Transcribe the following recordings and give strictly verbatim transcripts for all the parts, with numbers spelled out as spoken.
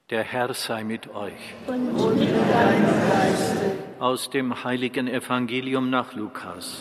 Der Herr sei mit euch. Und mit deinem Geiste. Aus dem heiligen Evangelium nach Lukas.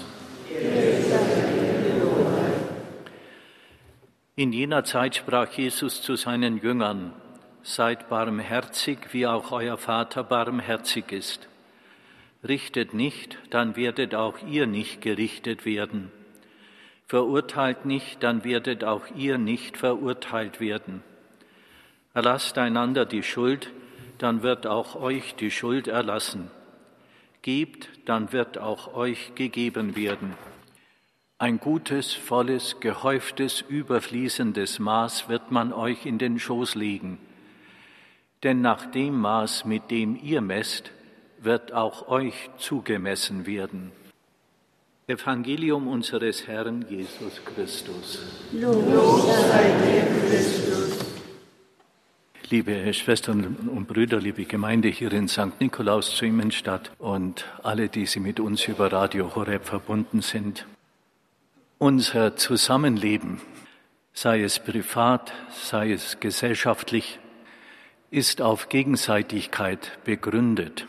In jener Zeit sprach Jesus zu seinen Jüngern: Seid barmherzig, wie auch euer Vater barmherzig ist. Richtet nicht, dann werdet auch ihr nicht gerichtet werden. Verurteilt nicht, dann werdet auch ihr nicht verurteilt werden. Erlasst einander die Schuld, dann wird auch euch die Schuld erlassen. Gebt, dann wird auch euch gegeben werden. Ein gutes, volles, gehäuftes, überfließendes Maß wird man euch in den Schoß legen. Denn nach dem Maß, mit dem ihr messt, wird auch euch zugemessen werden. Evangelium unseres Herrn Jesus Christus. Lob sei dir, Christus. Liebe Schwestern und Brüder, liebe Gemeinde hier in Sankt Nikolaus zu Immenstadt und alle, die Sie mit uns über Radio Horeb verbunden sind. Unser Zusammenleben, sei es privat, sei es gesellschaftlich, ist auf Gegenseitigkeit begründet.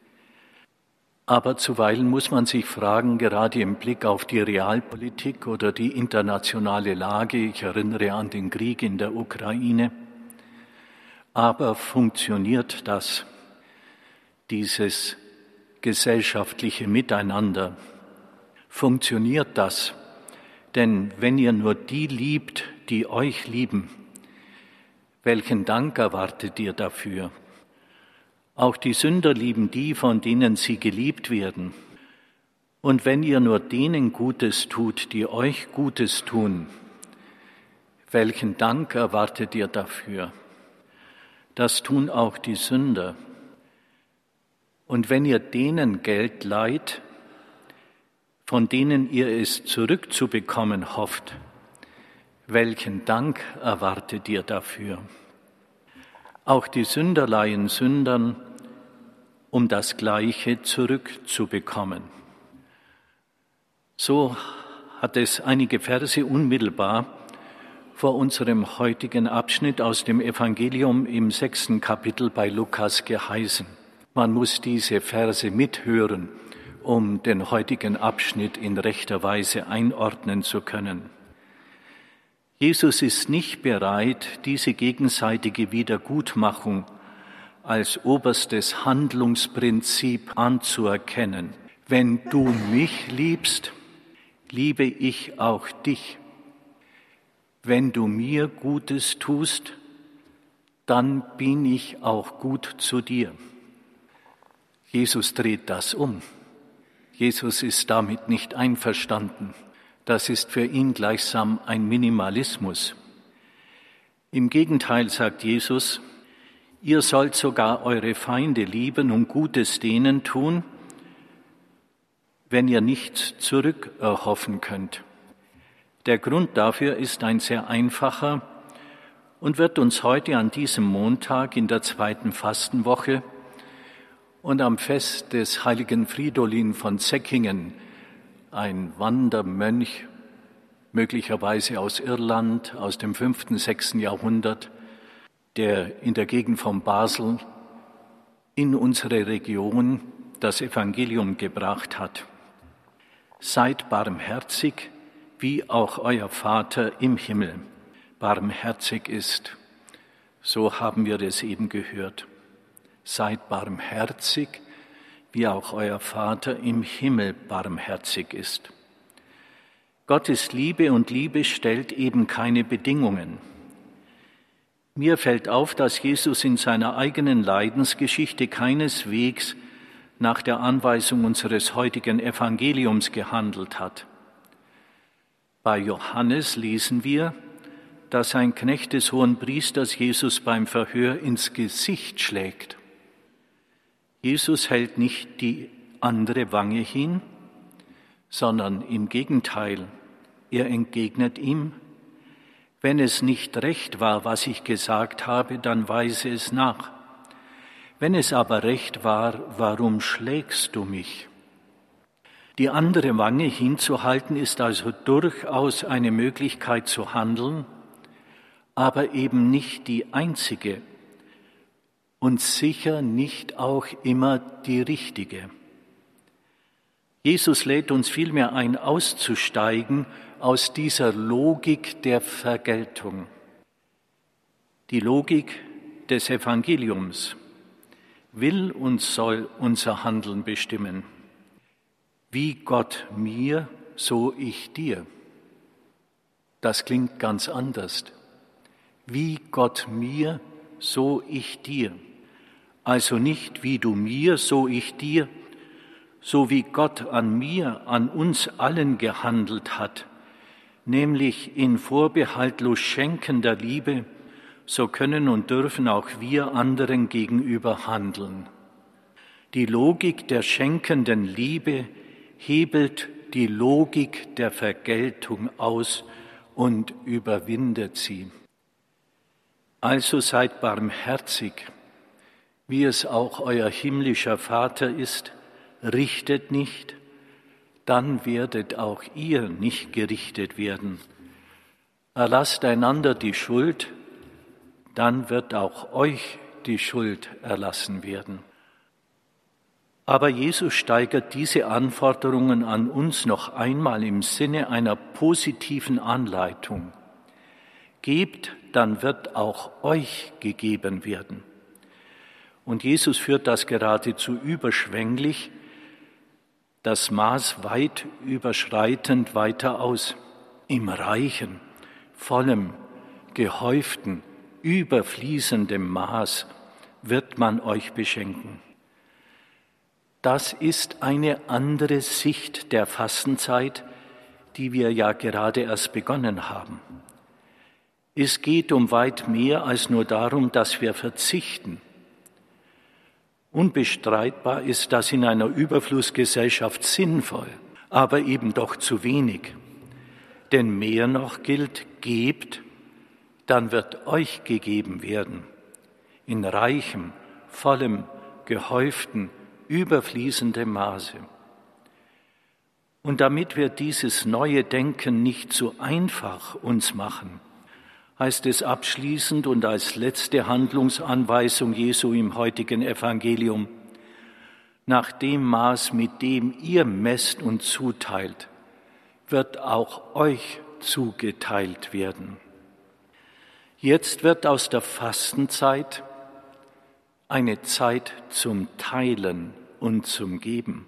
Aber zuweilen muss man sich fragen, gerade im Blick auf die Realpolitik oder die internationale Lage, ich erinnere an den Krieg in der Ukraine, aber funktioniert das, dieses gesellschaftliche Miteinander? Funktioniert das? Denn wenn ihr nur die liebt, die euch lieben, welchen Dank erwartet ihr dafür? Auch die Sünder lieben die, von denen sie geliebt werden. Und wenn ihr nur denen Gutes tut, die euch Gutes tun, welchen Dank erwartet ihr dafür? Das tun auch die Sünder. Und wenn ihr denen Geld leiht, von denen ihr es zurückzubekommen hofft, welchen Dank erwartet ihr dafür? Auch die Sünder leihen Sündern, um das Gleiche zurückzubekommen. So hat es einige Verse unmittelbar vor unserem heutigen Abschnitt aus dem Evangelium im sechsten Kapitel bei Lukas geheißen. Man muss diese Verse mithören, um den heutigen Abschnitt in rechter Weise einordnen zu können. Jesus ist nicht bereit, diese gegenseitige Wiedergutmachung als oberstes Handlungsprinzip anzuerkennen. Wenn du mich liebst, liebe ich auch dich. Wenn du mir Gutes tust, dann bin ich auch gut zu dir. Jesus dreht das um. Jesus ist damit nicht einverstanden. Das ist für ihn gleichsam ein Minimalismus. Im Gegenteil sagt Jesus, ihr sollt sogar eure Feinde lieben und Gutes denen tun, wenn ihr nichts zurückerhoffen könnt. Der Grund dafür ist ein sehr einfacher und wird uns heute an diesem Montag in der zweiten Fastenwoche und am Fest des heiligen Fridolin von Säckingen, ein Wandermönch, möglicherweise aus Irland, aus dem fünften, sechsten Jahrhundert, der in der Gegend von Basel in unsere Region das Evangelium gebracht hat. Seid barmherzig, wie auch euer Vater im Himmel barmherzig ist. So haben wir das eben gehört. Seid barmherzig, wie auch euer Vater im Himmel barmherzig ist. Gottes Liebe und Liebe stellt eben keine Bedingungen. Mir fällt auf, dass Jesus in seiner eigenen Leidensgeschichte keineswegs nach der Anweisung unseres heutigen Evangeliums gehandelt hat. Bei Johannes lesen wir, dass ein Knecht des Hohenpriesters Jesus beim Verhör ins Gesicht schlägt. Jesus hält nicht die andere Wange hin, sondern im Gegenteil, er entgegnet ihm, wenn es nicht recht war, was ich gesagt habe, dann weise es nach. Wenn es aber recht war, warum schlägst du mich? Die andere Wange hinzuhalten ist also durchaus eine Möglichkeit zu handeln, aber eben nicht die einzige. und sicher nicht auch immer die richtige. Jesus lädt uns vielmehr ein, auszusteigen aus dieser Logik der Vergeltung. Die Logik des Evangeliums will und soll unser Handeln bestimmen. Wie Gott mir, so ich dir. Das klingt ganz anders. Wie Gott mir, so ich dir. Also nicht wie du mir, so ich dir, so wie Gott an mir, an uns allen gehandelt hat, nämlich in vorbehaltlos schenkender Liebe, so können und dürfen auch wir anderen gegenüber handeln. Die Logik der schenkenden Liebe hebelt die Logik der Vergeltung aus und überwindet sie. Also seid barmherzig, wie es auch euer himmlischer Vater ist, richtet nicht, dann werdet auch ihr nicht gerichtet werden. Erlasst einander die Schuld, dann wird auch euch die Schuld erlassen werden. Aber Jesus steigert diese Anforderungen an uns noch einmal im Sinne einer positiven Anleitung. Gebt, dann wird auch euch gegeben werden. Und Jesus führt das geradezu überschwänglich, das Maß weit überschreitend weiter aus. Im reichen, vollem, gehäuften, überfließendem Maß wird man euch beschenken. Das ist eine andere Sicht der Fastenzeit, die wir ja gerade erst begonnen haben. Es geht um weit mehr als nur darum, dass wir verzichten. Unbestreitbar ist das in einer Überflussgesellschaft sinnvoll, aber eben doch zu wenig. Denn mehr noch gilt, gebt, dann wird euch gegeben werden, in reichem, vollem, gehäuften, überfließendem Maße. Und damit wir dieses neue Denken nicht zu einfach uns machen, heißt es abschließend und als letzte Handlungsanweisung Jesu im heutigen Evangelium: Nach dem Maß, mit dem ihr messt und zuteilt, wird auch euch zugeteilt werden. Jetzt wird aus der Fastenzeit eine Zeit zum Teilen und zum Geben.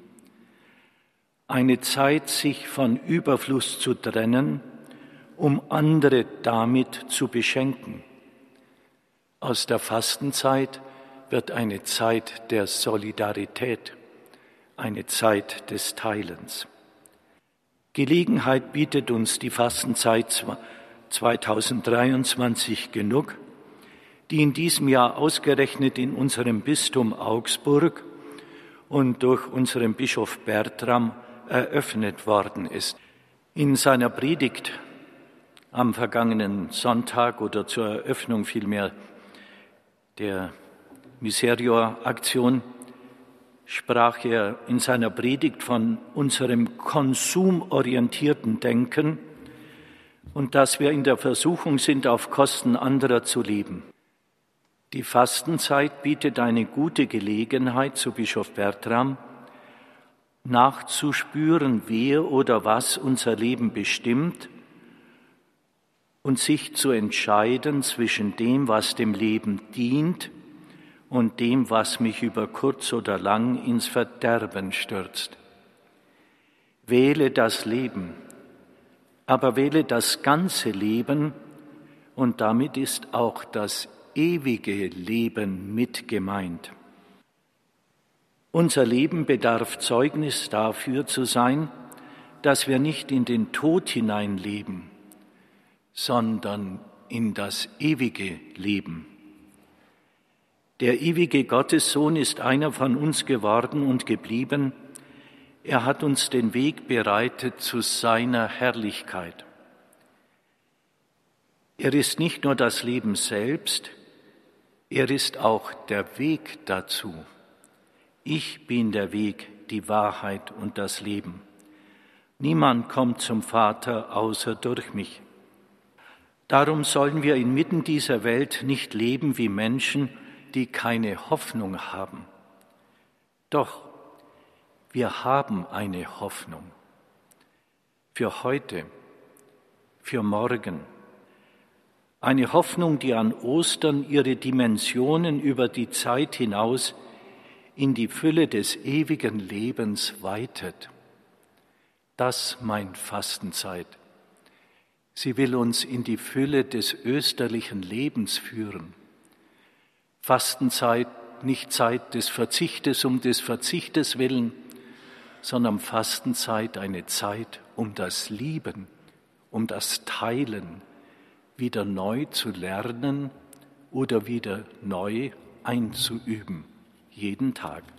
Eine Zeit, sich von Überfluss zu trennen, um andere damit zu beschenken. Aus der Fastenzeit wird eine Zeit der Solidarität, eine Zeit des Teilens. Gelegenheit bietet uns die Fastenzeit zweitausenddreiundzwanzig genug, die in diesem Jahr ausgerechnet in unserem Bistum Augsburg und durch unseren Bischof Bertram eröffnet worden ist. In seiner Predigt am vergangenen Sonntag oder zur Eröffnung vielmehr der Miserior-Aktion sprach er in seiner Predigt von unserem konsumorientierten Denken und dass wir in der Versuchung sind, auf Kosten anderer zu leben. Die Fastenzeit bietet eine gute Gelegenheit, zu Bischof Bertram, nachzuspüren, wer oder was unser Leben bestimmt und sich zu entscheiden zwischen dem, was dem Leben dient, und dem, was mich über kurz oder lang ins Verderben stürzt. Wähle das Leben, aber wähle das ganze Leben, und damit ist auch das ewige Leben mit gemeint. Unser Leben bedarf Zeugnis dafür zu sein, dass wir nicht in den Tod hineinleben, sondern in das ewige Leben. Der ewige Gottessohn ist einer von uns geworden und geblieben. Er hat uns den Weg bereitet zu seiner Herrlichkeit. Er ist nicht nur das Leben selbst, er ist auch der Weg dazu. Ich bin der Weg, die Wahrheit und das Leben. Niemand kommt zum Vater außer durch mich. Darum sollen wir inmitten dieser Welt nicht leben wie Menschen, die keine Hoffnung haben. Doch wir haben eine Hoffnung für heute, für morgen. Eine Hoffnung, die an Ostern ihre Dimensionen über die Zeit hinaus in die Fülle des ewigen Lebens weitet. Das meint Fastenzeit. Sie will uns in die Fülle des österlichen Lebens führen. Fastenzeit, nicht Zeit des Verzichtes um des Verzichtes willen, sondern Fastenzeit eine Zeit, um das Lieben, um das Teilen wieder neu zu lernen oder wieder neu einzuüben, jeden Tag.